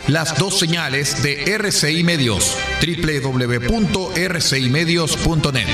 las dos señales de RCI Medios, www.rcimedios.net.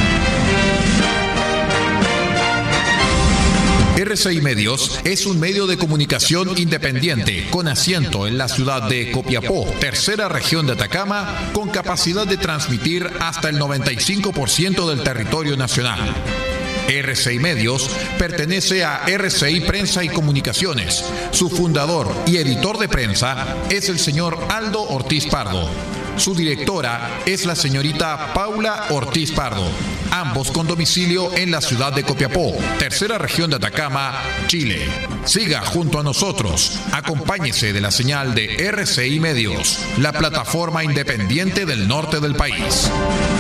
RCI Medios es un medio de comunicación independiente con asiento en la ciudad de Copiapó, tercera región de Atacama, con capacidad de transmitir hasta el 95% del territorio nacional. RCI Medios pertenece a RCI Prensa y Comunicaciones. Su fundador y editor de prensa es el señor Aldo Ortiz Pardo. Su directora es la señorita Paula Ortiz Pardo, ambos con domicilio en la ciudad de Copiapó, tercera región de Atacama, Chile. Siga junto a nosotros, acompáñese de la señal de RCI Medios, la plataforma independiente del norte del país.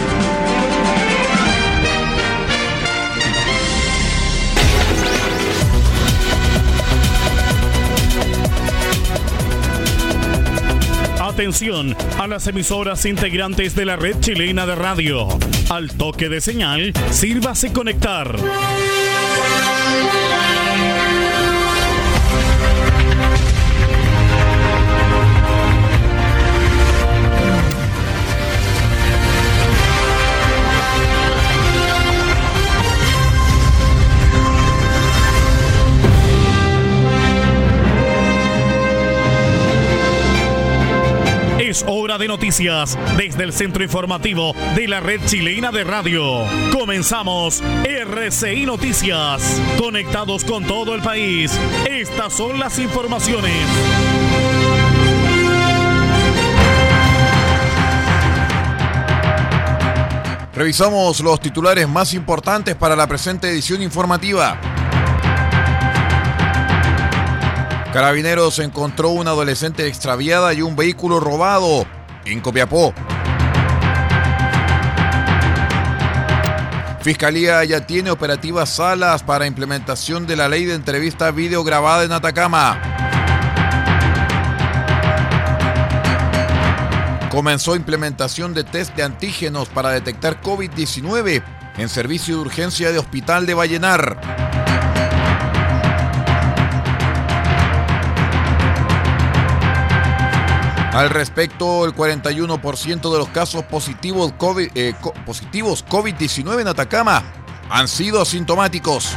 Atención a las emisoras integrantes de la red chilena de radio. Al toque de señal, sírvase conectar. Es hora de noticias desde el centro informativo de la red chilena de radio. Comenzamos RCI Noticias. Conectados con todo el país. Estas son las informaciones. Revisamos los titulares más importantes para la presente edición informativa. Carabineros encontró una adolescente extraviada y un vehículo robado en Copiapó. Fiscalía ya tiene operativas salas para implementación de la ley de entrevista video grabada en Atacama. Comenzó implementación de test de antígenos para detectar COVID-19 en servicio de urgencia de Hospital de Vallenar. Al respecto, el 41% de los casos positivos COVID-19 en Atacama han sido asintomáticos.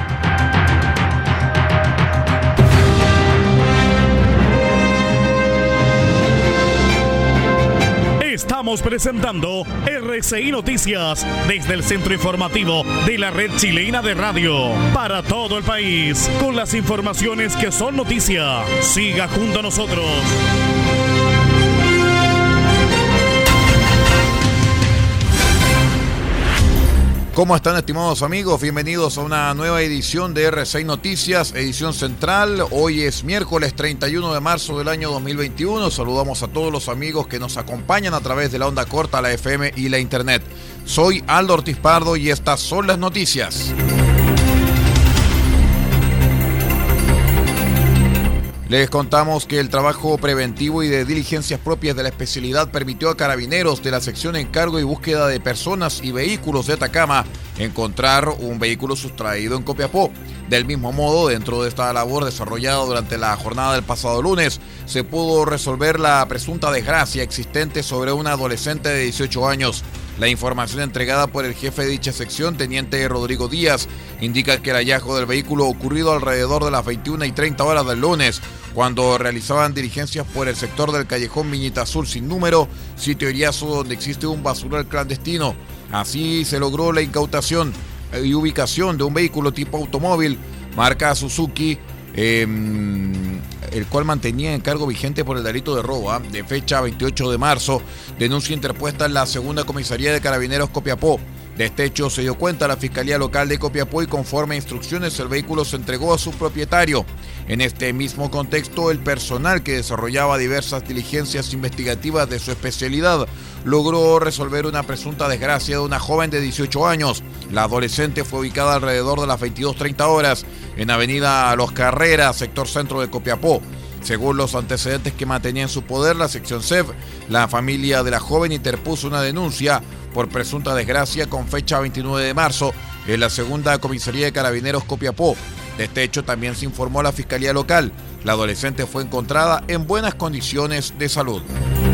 Estamos presentando RCI Noticias desde el centro informativo de la red chilena de radio para todo el país, con las informaciones que son noticia. Siga junto a nosotros. ¿Cómo están, estimados amigos? Bienvenidos a una nueva edición de RCI Noticias, edición central. Hoy es miércoles 31 de marzo del año 2021. Saludamos a todos los amigos que nos acompañan a través de la onda corta, la FM y la internet. Soy Aldo Ortiz Pardo y estas son las noticias. Les contamos que el trabajo preventivo y de diligencias propias de la especialidad permitió a carabineros de la sección Encargo y Búsqueda de Personas y Vehículos de Atacama encontrar un vehículo sustraído en Copiapó. Del mismo modo, dentro de esta labor desarrollada durante la jornada del pasado lunes, se pudo resolver la presunta desgracia existente sobre una adolescente de 18 años. La información entregada por el jefe de dicha sección, teniente Rodrigo Díaz, indica que el hallazgo del vehículo ocurrido alrededor de las 21:30 horas del lunes, cuando realizaban diligencias por el sector del callejón Viñeta Azul sin número, sitio Iriazo, donde existe un basural clandestino. Así se logró la incautación y ubicación de un vehículo tipo automóvil, marca Suzuki, el cual mantenía encargo vigente por el delito de robo, de fecha 28 de marzo, denuncia interpuesta en la segunda comisaría de Carabineros Copiapó. De este hecho se dio cuenta la Fiscalía Local de Copiapó y conforme a instrucciones el vehículo se entregó a su propietario. En este mismo contexto, el personal que desarrollaba diversas diligencias investigativas de su especialidad logró resolver una presunta desgracia de una joven de 18 años. La adolescente fue ubicada alrededor de las 22:30 horas en Avenida Los Carreras, sector centro de Copiapó. Según los antecedentes que mantenía en su poder la sección CEF, la familia de la joven interpuso una denuncia por presunta desgracia con fecha 29 de marzo en la segunda comisaría de Carabineros Copiapó. De este hecho también se informó a la Fiscalía Local. La adolescente fue encontrada en buenas condiciones de salud.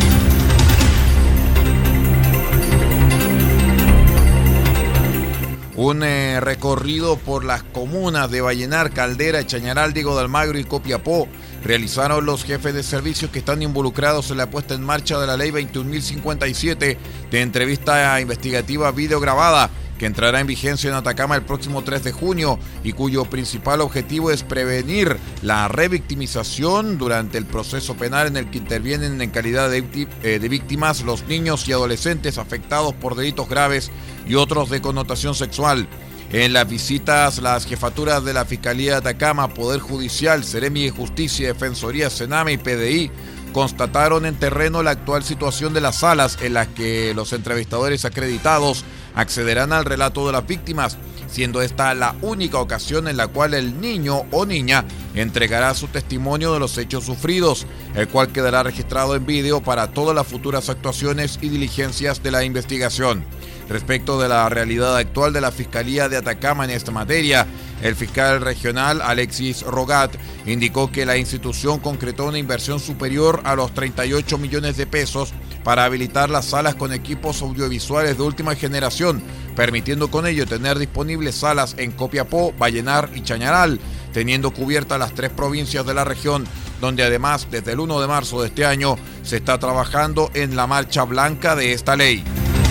Un recorrido por las comunas de Vallenar, Caldera, Chañaral, Diego de Almagro y Copiapó realizaron los jefes de servicios que están involucrados en la puesta en marcha de la Ley 21.057 de entrevista investigativa videograbada, que entrará en vigencia en Atacama el próximo 3 de junio y cuyo principal objetivo es prevenir la revictimización durante el proceso penal en el que intervienen en calidad de víctimas los niños y adolescentes afectados por delitos graves y otros de connotación sexual. En las visitas, las jefaturas de la Fiscalía de Atacama, Poder Judicial, Seremi de Justicia, Defensoría, Sename y PDI constataron en terreno la actual situación de las salas en las que los entrevistadores acreditados accederán al relato de las víctimas, siendo esta la única ocasión en la cual el niño o niña entregará su testimonio de los hechos sufridos, el cual quedará registrado en vídeo para todas las futuras actuaciones y diligencias de la investigación. Respecto de la realidad actual de la Fiscalía de Atacama en esta materia, el fiscal regional Alexis Rogat indicó que la institución concretó una inversión superior a los 38 millones de pesos para habilitar las salas con equipos audiovisuales de última generación, permitiendo con ello tener disponibles salas en Copiapó, Vallenar y Chañaral, teniendo cubiertas las 3 provincias de la región, donde además desde el 1 de marzo de este año se está trabajando en la marcha blanca de esta ley.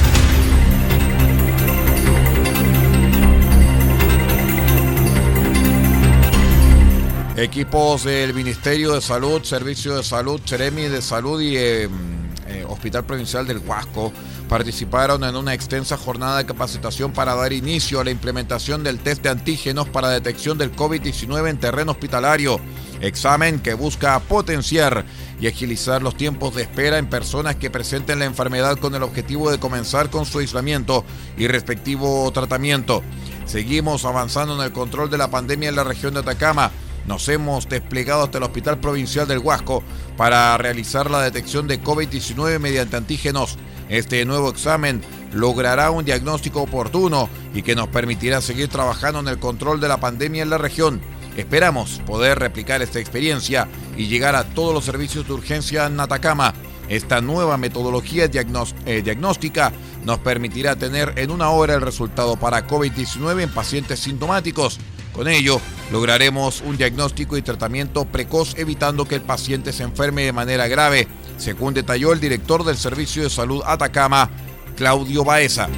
Equipos del Ministerio de Salud, Servicio de Salud, Seremi de Salud y Hospital Provincial del Huasco participaron en una extensa jornada de capacitación para dar inicio a la implementación del test de antígenos para detección del COVID-19 en terreno hospitalario, examen que busca potenciar y agilizar los tiempos de espera en personas que presenten la enfermedad con el objetivo de comenzar con su aislamiento y respectivo tratamiento. Seguimos avanzando en el control de la pandemia en la región de Atacama. Nos hemos desplegado hasta el Hospital Provincial del Huasco para realizar la detección de COVID-19 mediante antígenos. Este nuevo examen logrará un diagnóstico oportuno y que nos permitirá seguir trabajando en el control de la pandemia en la región. Esperamos poder replicar esta experiencia y llegar a todos los servicios de urgencia en Atacama. Esta nueva metodología diagnóstica nos permitirá tener en 1 hora el resultado para COVID-19 en pacientes sintomáticos. Con ello, lograremos un diagnóstico y tratamiento precoz, evitando que el paciente se enferme de manera grave, según detalló el director del Servicio de Salud Atacama, Claudio Baeza.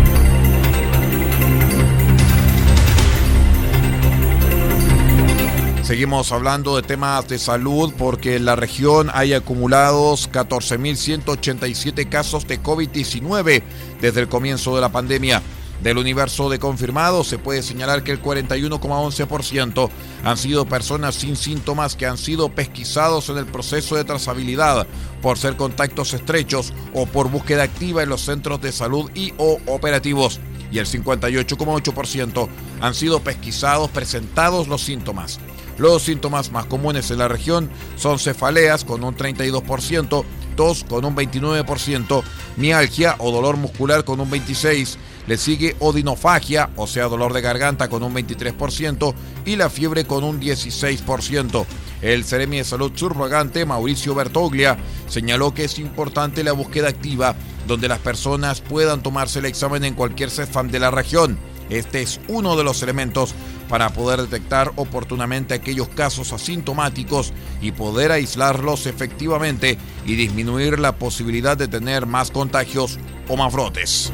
Seguimos hablando de temas de salud porque en la región hay acumulados 14.187 casos de COVID-19 desde el comienzo de la pandemia. Del universo de confirmados se puede señalar que el 41,11% han sido personas sin síntomas que han sido pesquisados en el proceso de trazabilidad por ser contactos estrechos o por búsqueda activa en los centros de salud y o operativos. Y el 58,8% han sido pesquisados presentados los síntomas. Los síntomas más comunes en la región son cefaleas con un 32%, tos con un 29%, mialgia o dolor muscular con un 26%, le sigue odinofagia, o sea dolor de garganta con un 23% y la fiebre con un 16%. El Seremi de Salud subrogante, Mauricio Bertoglia, señaló que es importante la búsqueda activa, donde las personas puedan tomarse el examen en cualquier CEFAM de la región. Este es uno de los elementos para poder detectar oportunamente aquellos casos asintomáticos y poder aislarlos efectivamente y disminuir la posibilidad de tener más contagios o más brotes.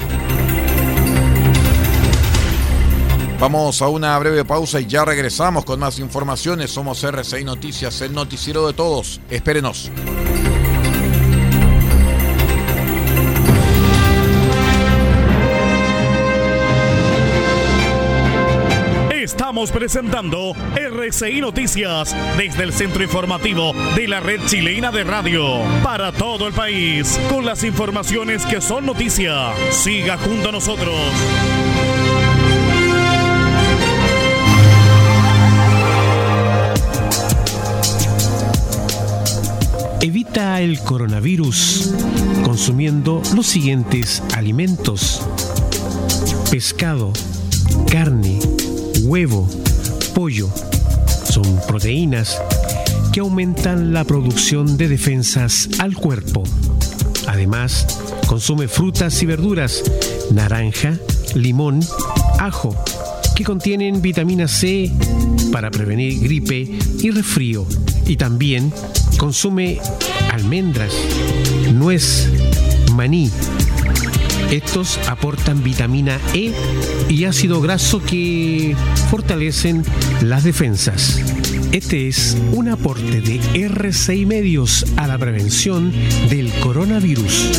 Vamos a una breve pausa y ya regresamos con más informaciones. Somos RCI Noticias, el noticiero de todos. Espérenos. Estamos presentando RCI Noticias desde el centro informativo de la Red Chilena de Radio para todo el país, con las informaciones que son noticia. Siga junto a nosotros. Evita el coronavirus consumiendo los siguientes alimentos: pescado, carne, huevo, pollo. Son proteínas. que aumentan la producción de defensas al cuerpo. Además, consume frutas y verduras, naranja, limón, ajo, que contienen vitamina C para prevenir gripe y resfrío. Y también consume almendras, nuez, maní. Estos aportan vitamina E y ácido graso que fortalecen las defensas. Este es un aporte de RCI Medios a la prevención del coronavirus.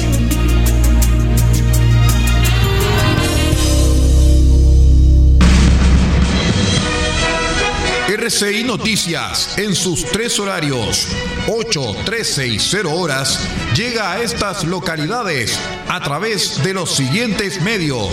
RCI Noticias, en sus 3 horarios, 8, 13 y 0 horas, llega a estas localidades a través de los siguientes medios.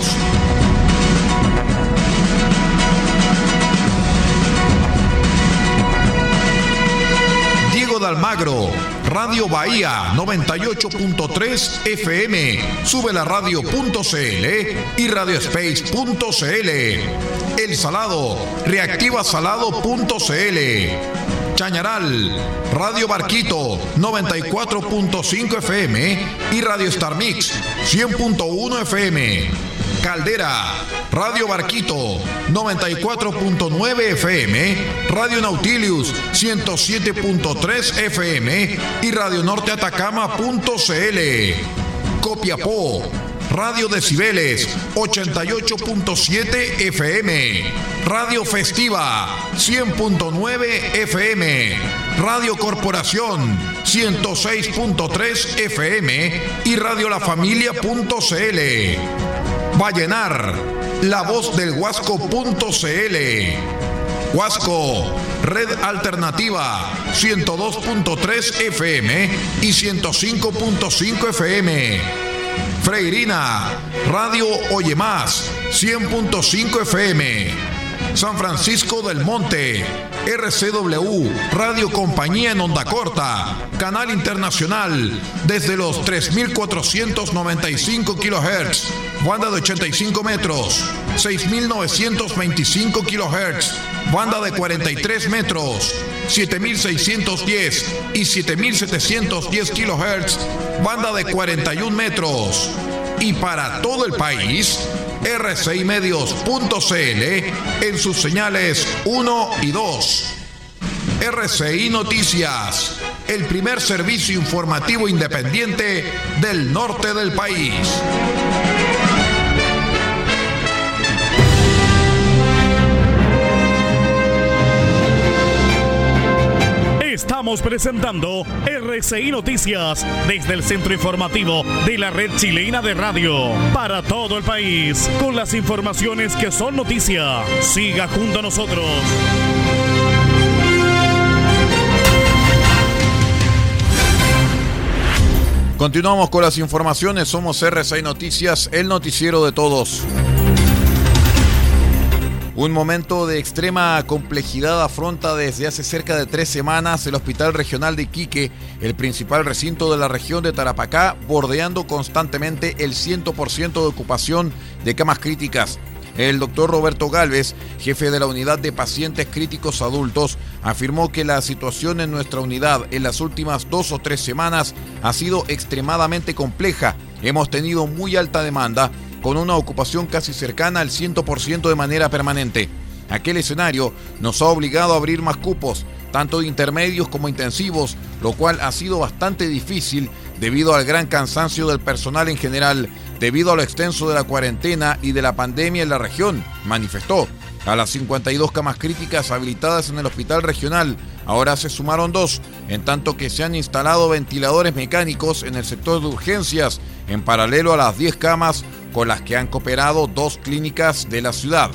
Diego de Almagro, Radio Bahía 98.3 FM, sube la radio.cl y radiospace.cl. El Salado, reactivasalado.cl. Chañaral, Radio Barquito 94.5 FM y Radio Star Mix 100.1 FM. Caldera, Radio Barquito 94.9 FM, Radio Nautilius 107.3 FM y Radio Norte Atacama.cl. Copiapó, Radio Decibeles 88.7 FM, Radio Festiva 100.9 FM, Radio Corporación 106.3 FM y Radio La Familia.cl. Vallenar, La Voz del Huasco.cl. Huasco, Red Alternativa 102.3 FM y 105.5 FM. Freirina, Radio Oye Más 100.5 FM. San Francisco del Monte, RCW, Radio Compañía en Onda Corta, Canal Internacional, desde los 3.495 kHz, banda de 85 metros, 6.925 kHz, banda de 43 metros, 7.610 y 7.710 kHz, banda de 41 metros. Y para todo el país, rcimedios.cl en sus señales 1 y 2. RCI Noticias, el primer servicio informativo independiente del norte del país. Estamos presentando RCI Noticias desde el centro informativo de la Red Chilena de Radio para todo el país, con las informaciones que son noticia. Siga junto a nosotros. Continuamos con las informaciones. Somos RCI Noticias, el noticiero de todos. Un momento de extrema complejidad afronta desde hace cerca de 3 semanas el Hospital Regional de Iquique, el principal recinto de la región de Tarapacá, bordeando constantemente el 100% de ocupación de camas críticas. El doctor Roberto Gálvez, jefe de la unidad de pacientes críticos adultos, afirmó que la situación en nuestra unidad en las últimas 2 o 3 semanas ha sido extremadamente compleja. Hemos tenido muy alta demanda, con una ocupación casi cercana al 100% de manera permanente. Aquel escenario nos ha obligado a abrir más cupos, tanto de intermedios como intensivos, lo cual ha sido bastante difícil debido al gran cansancio del personal en general, debido a lo extenso de la cuarentena y de la pandemia en la región, manifestó. A las 52 camas críticas habilitadas en el hospital regional, ahora se sumaron 2, en tanto que se han instalado ventiladores mecánicos en el sector de urgencias, en paralelo a las 10 camas con las que han cooperado 2 clínicas de la ciudad.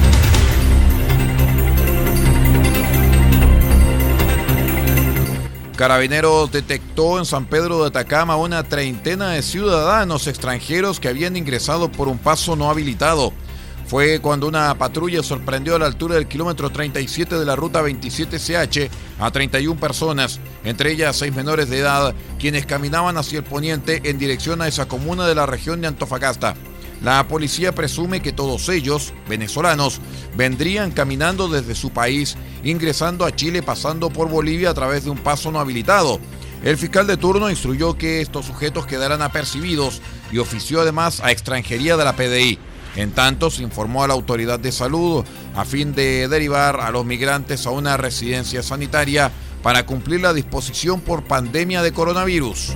Carabineros detectó en San Pedro de Atacama una treintena de ciudadanos extranjeros que habían ingresado por un paso no habilitado. Fue cuando una patrulla sorprendió a la altura del kilómetro 37 de la ruta 27CH a 31 personas, entre ellas 6 menores de edad, quienes caminaban hacia el poniente en dirección a esa comuna de la región de Antofagasta. La policía presume que todos ellos, venezolanos, vendrían caminando desde su país, ingresando a Chile pasando por Bolivia a través de un paso no habilitado. El fiscal de turno instruyó que estos sujetos quedaran apercibidos y ofició además a extranjería de la PDI. En tanto, se informó a la autoridad de salud a fin de derivar a los migrantes a una residencia sanitaria para cumplir la disposición por pandemia de coronavirus.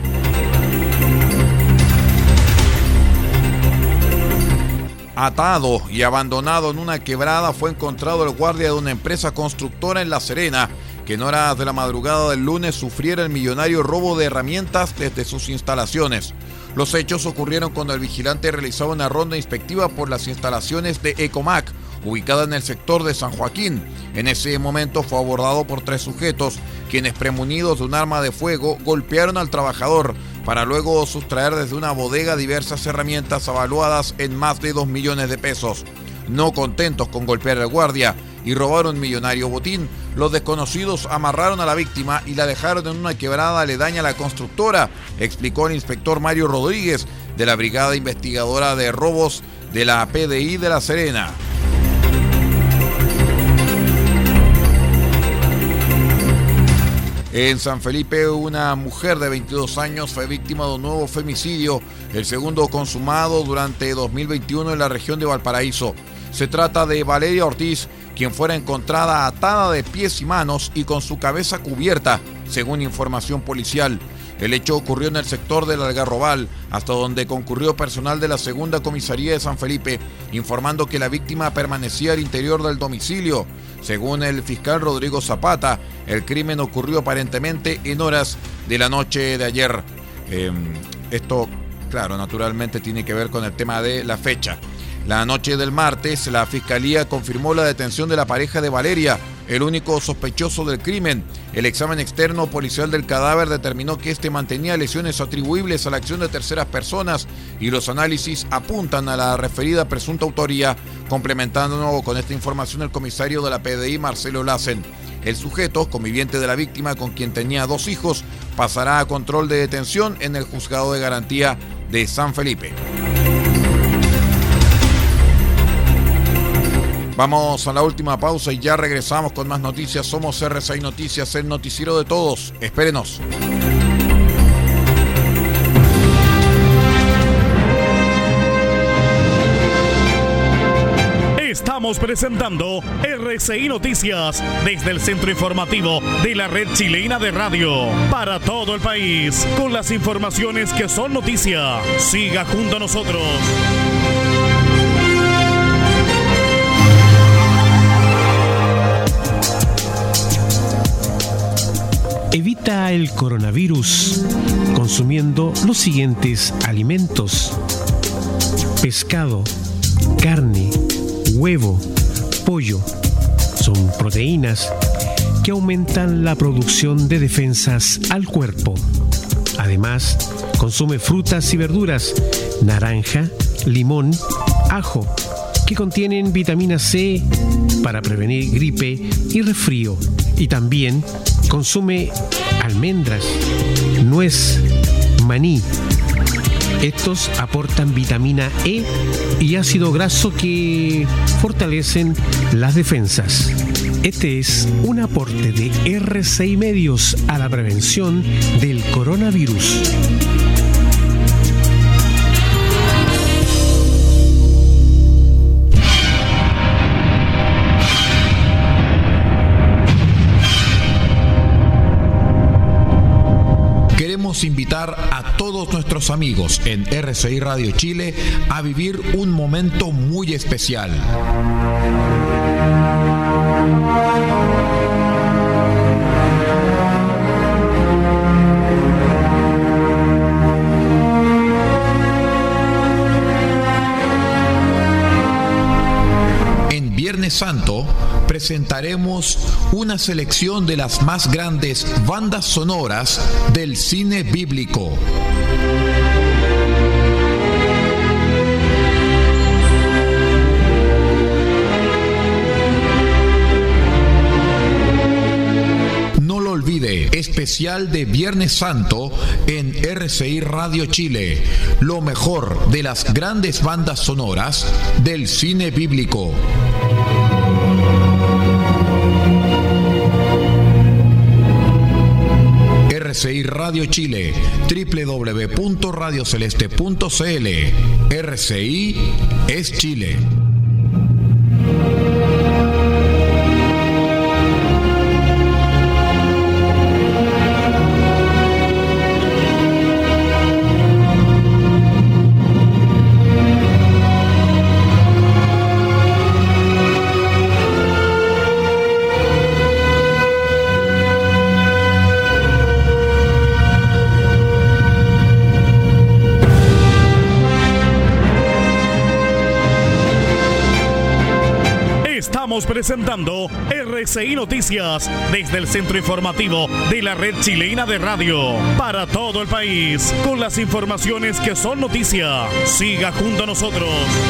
Atado y abandonado en una quebrada fue encontrado el guardia de una empresa constructora en La Serena, que en horas de la madrugada del lunes sufriera el millonario robo de herramientas desde sus instalaciones. Los hechos ocurrieron cuando el vigilante realizaba una ronda inspectiva por las instalaciones de Ecomac, ubicada en el sector de San Joaquín. En ese momento fue abordado por 3 sujetos, quienes premunidos de un arma de fuego golpearon al trabajador para luego sustraer desde una bodega diversas herramientas avaluadas en más de 2 millones de pesos. No contentos con golpear al guardia y robar un millonario botín, los desconocidos amarraron a la víctima y la dejaron en una quebrada aledaña a la constructora, explicó el inspector Mario Rodríguez de la Brigada Investigadora de Robos de la PDI de La Serena. En San Felipe, una mujer de 22 años fue víctima de un nuevo femicidio, el segundo consumado durante 2021 en la región de Valparaíso. Se trata de Valeria Ortiz, quien fuera encontrada atada de pies y manos y con su cabeza cubierta, según información policial. El hecho ocurrió en el sector del Algarrobal, hasta donde concurrió personal de la segunda comisaría de San Felipe, informando que la víctima permanecía al interior del domicilio. Según el fiscal Rodrigo Zapata, el crimen ocurrió aparentemente en horas de la noche de ayer. Esto, claro, naturalmente tiene que ver con el tema de la fecha. La noche del martes, la Fiscalía confirmó la detención de la pareja de Valeria, el único sospechoso del crimen. El examen externo policial del cadáver determinó que este mantenía lesiones atribuibles a la acción de terceras personas y los análisis apuntan a la referida presunta autoría, complementando con esta información el comisario de la PDI, Marcelo Lassen. El sujeto, conviviente de la víctima con quien tenía 2 hijos, pasará a control de detención en el Juzgado de Garantía de San Felipe. Vamos a la última pausa y ya regresamos con más noticias. Somos RCI Noticias, el noticiero de todos. Espérenos. Estamos presentando RCI Noticias desde el centro informativo de la Red Chilena de Radio para todo el país, con las informaciones que son noticia. Siga junto a nosotros. Evita el coronavirus consumiendo los siguientes alimentos: pescado, carne, huevo, pollo. Son proteínas que aumentan la producción de defensas al cuerpo. Además, consume frutas y verduras, naranja, limón, ajo, que contienen vitamina C para prevenir gripe y resfrío. Y también consume almendras, nuez, maní. Estos aportan vitamina E y ácido graso que fortalecen las defensas. Este es un aporte de RCI Medios a la prevención del coronavirus. Queremos invitar a todos nuestros amigos en RCI Radio Chile a vivir un momento muy especial. En Viernes Santo presentaremos una selección de las más grandes bandas sonoras del cine bíblico. No lo olvide, especial especial de Viernes Santo en RCI Radio Chile. Lo mejor de las grandes bandas sonoras del cine bíblico. RCI Radio Chile, www.radioceleste.cl. RCI es Chile. Estamos presentando RCI Noticias desde el centro informativo de la Red Chilena de Radio para todo el país, con las informaciones que son noticia. Siga junto a nosotros.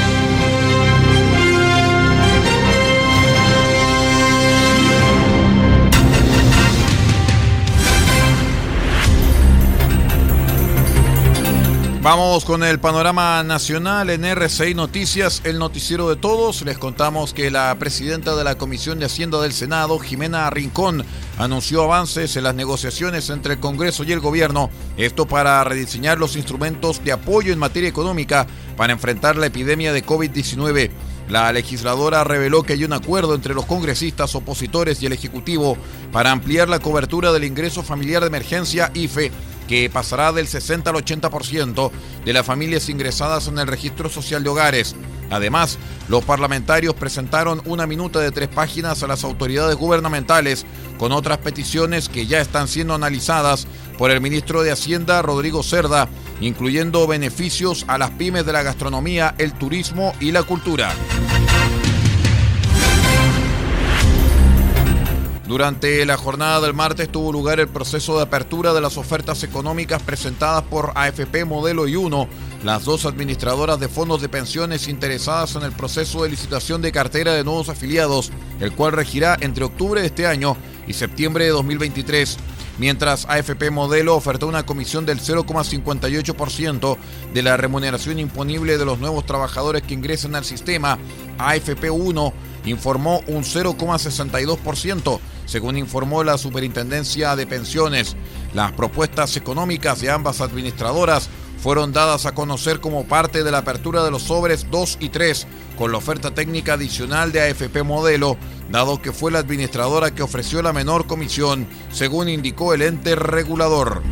Vamos con el panorama nacional en RCI Noticias, el noticiero de todos. Les contamos que la presidenta de la Comisión de Hacienda del Senado, Jimena Rincón, anunció avances en las negociaciones entre el Congreso y el Gobierno, esto para rediseñar los instrumentos de apoyo en materia económica para enfrentar la epidemia de COVID-19. La legisladora reveló que hay un acuerdo entre los congresistas opositores y el Ejecutivo para ampliar la cobertura del ingreso familiar de emergencia IFE, que pasará del 60 al 80% de las familias ingresadas en el registro social de hogares. Además, los parlamentarios presentaron una minuta de 3 páginas a las autoridades gubernamentales con otras peticiones que ya están siendo analizadas por el ministro de Hacienda, Rodrigo Cerda, incluyendo beneficios a las pymes de la gastronomía, el turismo y la cultura. Durante la jornada del martes tuvo lugar el proceso de apertura de las ofertas económicas presentadas por AFP Modelo y UNO, las dos administradoras de fondos de pensiones interesadas en el proceso de licitación de cartera de nuevos afiliados, el cual regirá entre octubre de este año y septiembre de 2023. Mientras AFP Modelo ofertó una comisión del 0,58% de la remuneración imponible de los nuevos trabajadores que ingresen al sistema, AFP 1 informó un 0,62%, según informó la Superintendencia de Pensiones. Las propuestas económicas de ambas administradoras fueron dadas a conocer como parte de la apertura de los sobres 2 y 3, con la oferta técnica adicional de AFP Modelo, dado que fue la administradora que ofreció la menor comisión, según indicó el ente regulador.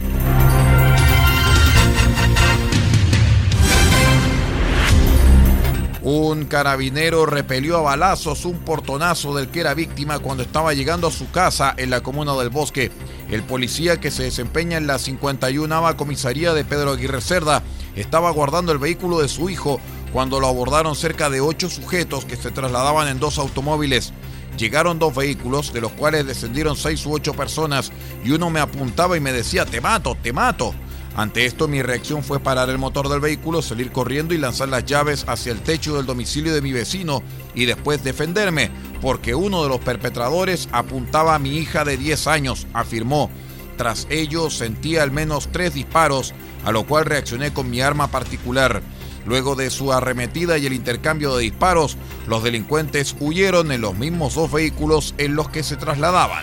Un carabinero repelió a balazos un portonazo del que era víctima cuando estaba llegando a su casa en la comuna del Bosque. El policía, que se desempeña en la 51ª comisaría de Pedro Aguirre Cerda, estaba guardando el vehículo de su hijo cuando lo abordaron cerca de 8 sujetos que se trasladaban en 2 automóviles. Llegaron 2 vehículos, de los cuales descendieron 6 u 8 personas, y uno me apuntaba y me decía: "Te mato, te mato". Ante esto, mi reacción fue parar el motor del vehículo, salir corriendo y lanzar las llaves hacia el techo del domicilio de mi vecino y después defenderme, porque uno de los perpetradores apuntaba a mi hija de 10 años, afirmó. Tras ello, sentí al menos 3 disparos, a lo cual reaccioné con mi arma particular. Luego de su arremetida y el intercambio de disparos, los delincuentes huyeron en los mismos 2 vehículos en los que se trasladaban.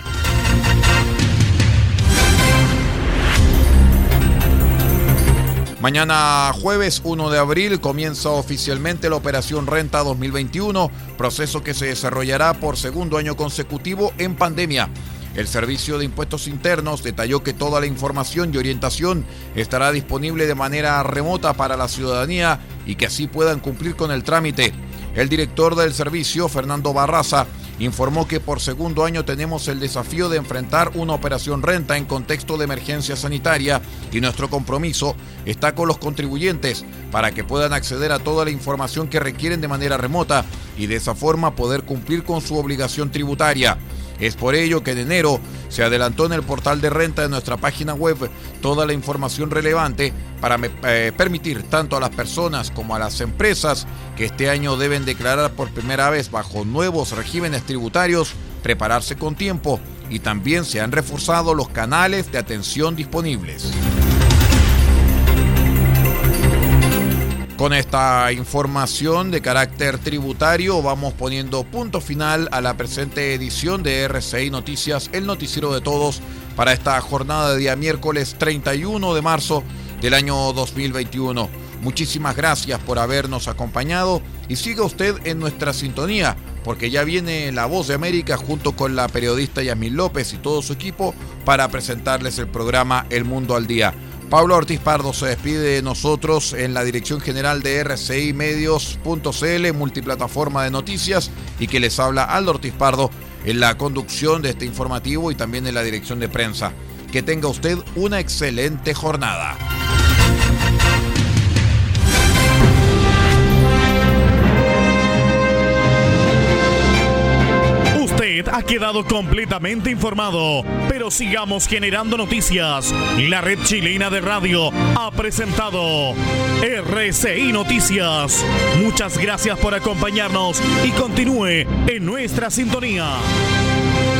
Mañana jueves 1 de abril comienza oficialmente la Operación Renta 2021, proceso que se desarrollará por segundo año consecutivo en pandemia. El Servicio de Impuestos Internos detalló que toda la información y orientación estará disponible de manera remota para la ciudadanía y que así puedan cumplir con el trámite. El director del servicio, Fernando Barraza, informó que por segundo año tenemos el desafío de enfrentar una operación renta en contexto de emergencia sanitaria y nuestro compromiso está con los contribuyentes para que puedan acceder a toda la información que requieren de manera remota y de esa forma poder cumplir con su obligación tributaria. Es por ello que en enero se adelantó en el portal de renta de nuestra página web toda la información relevante para permitir tanto a las personas como a las empresas que este año deben declarar por primera vez bajo nuevos regímenes tributarios prepararse con tiempo y también se han reforzado los canales de atención disponibles. Con esta información de carácter tributario vamos poniendo punto final a la presente edición de RCI Noticias, el noticiero de todos, para esta jornada de día miércoles 31 de marzo del año 2021. Muchísimas gracias por habernos acompañado y siga usted en nuestra sintonía, porque ya viene La Voz de América junto con la periodista Yasmín López y todo su equipo para presentarles el programa El Mundo al Día. Pablo Ortiz Pardo se despide de nosotros en la dirección general de RCI Medios.cl, multiplataforma de noticias, y que les habla Aldo Ortiz Pardo en la conducción de este informativo y también en la dirección de prensa. Que tenga usted una excelente jornada. Usted ha quedado completamente informado, pero sigamos generando noticias. La Red Chilena de Radio ha presentado RCI Noticias. Muchas gracias por acompañarnos y continúe en nuestra sintonía.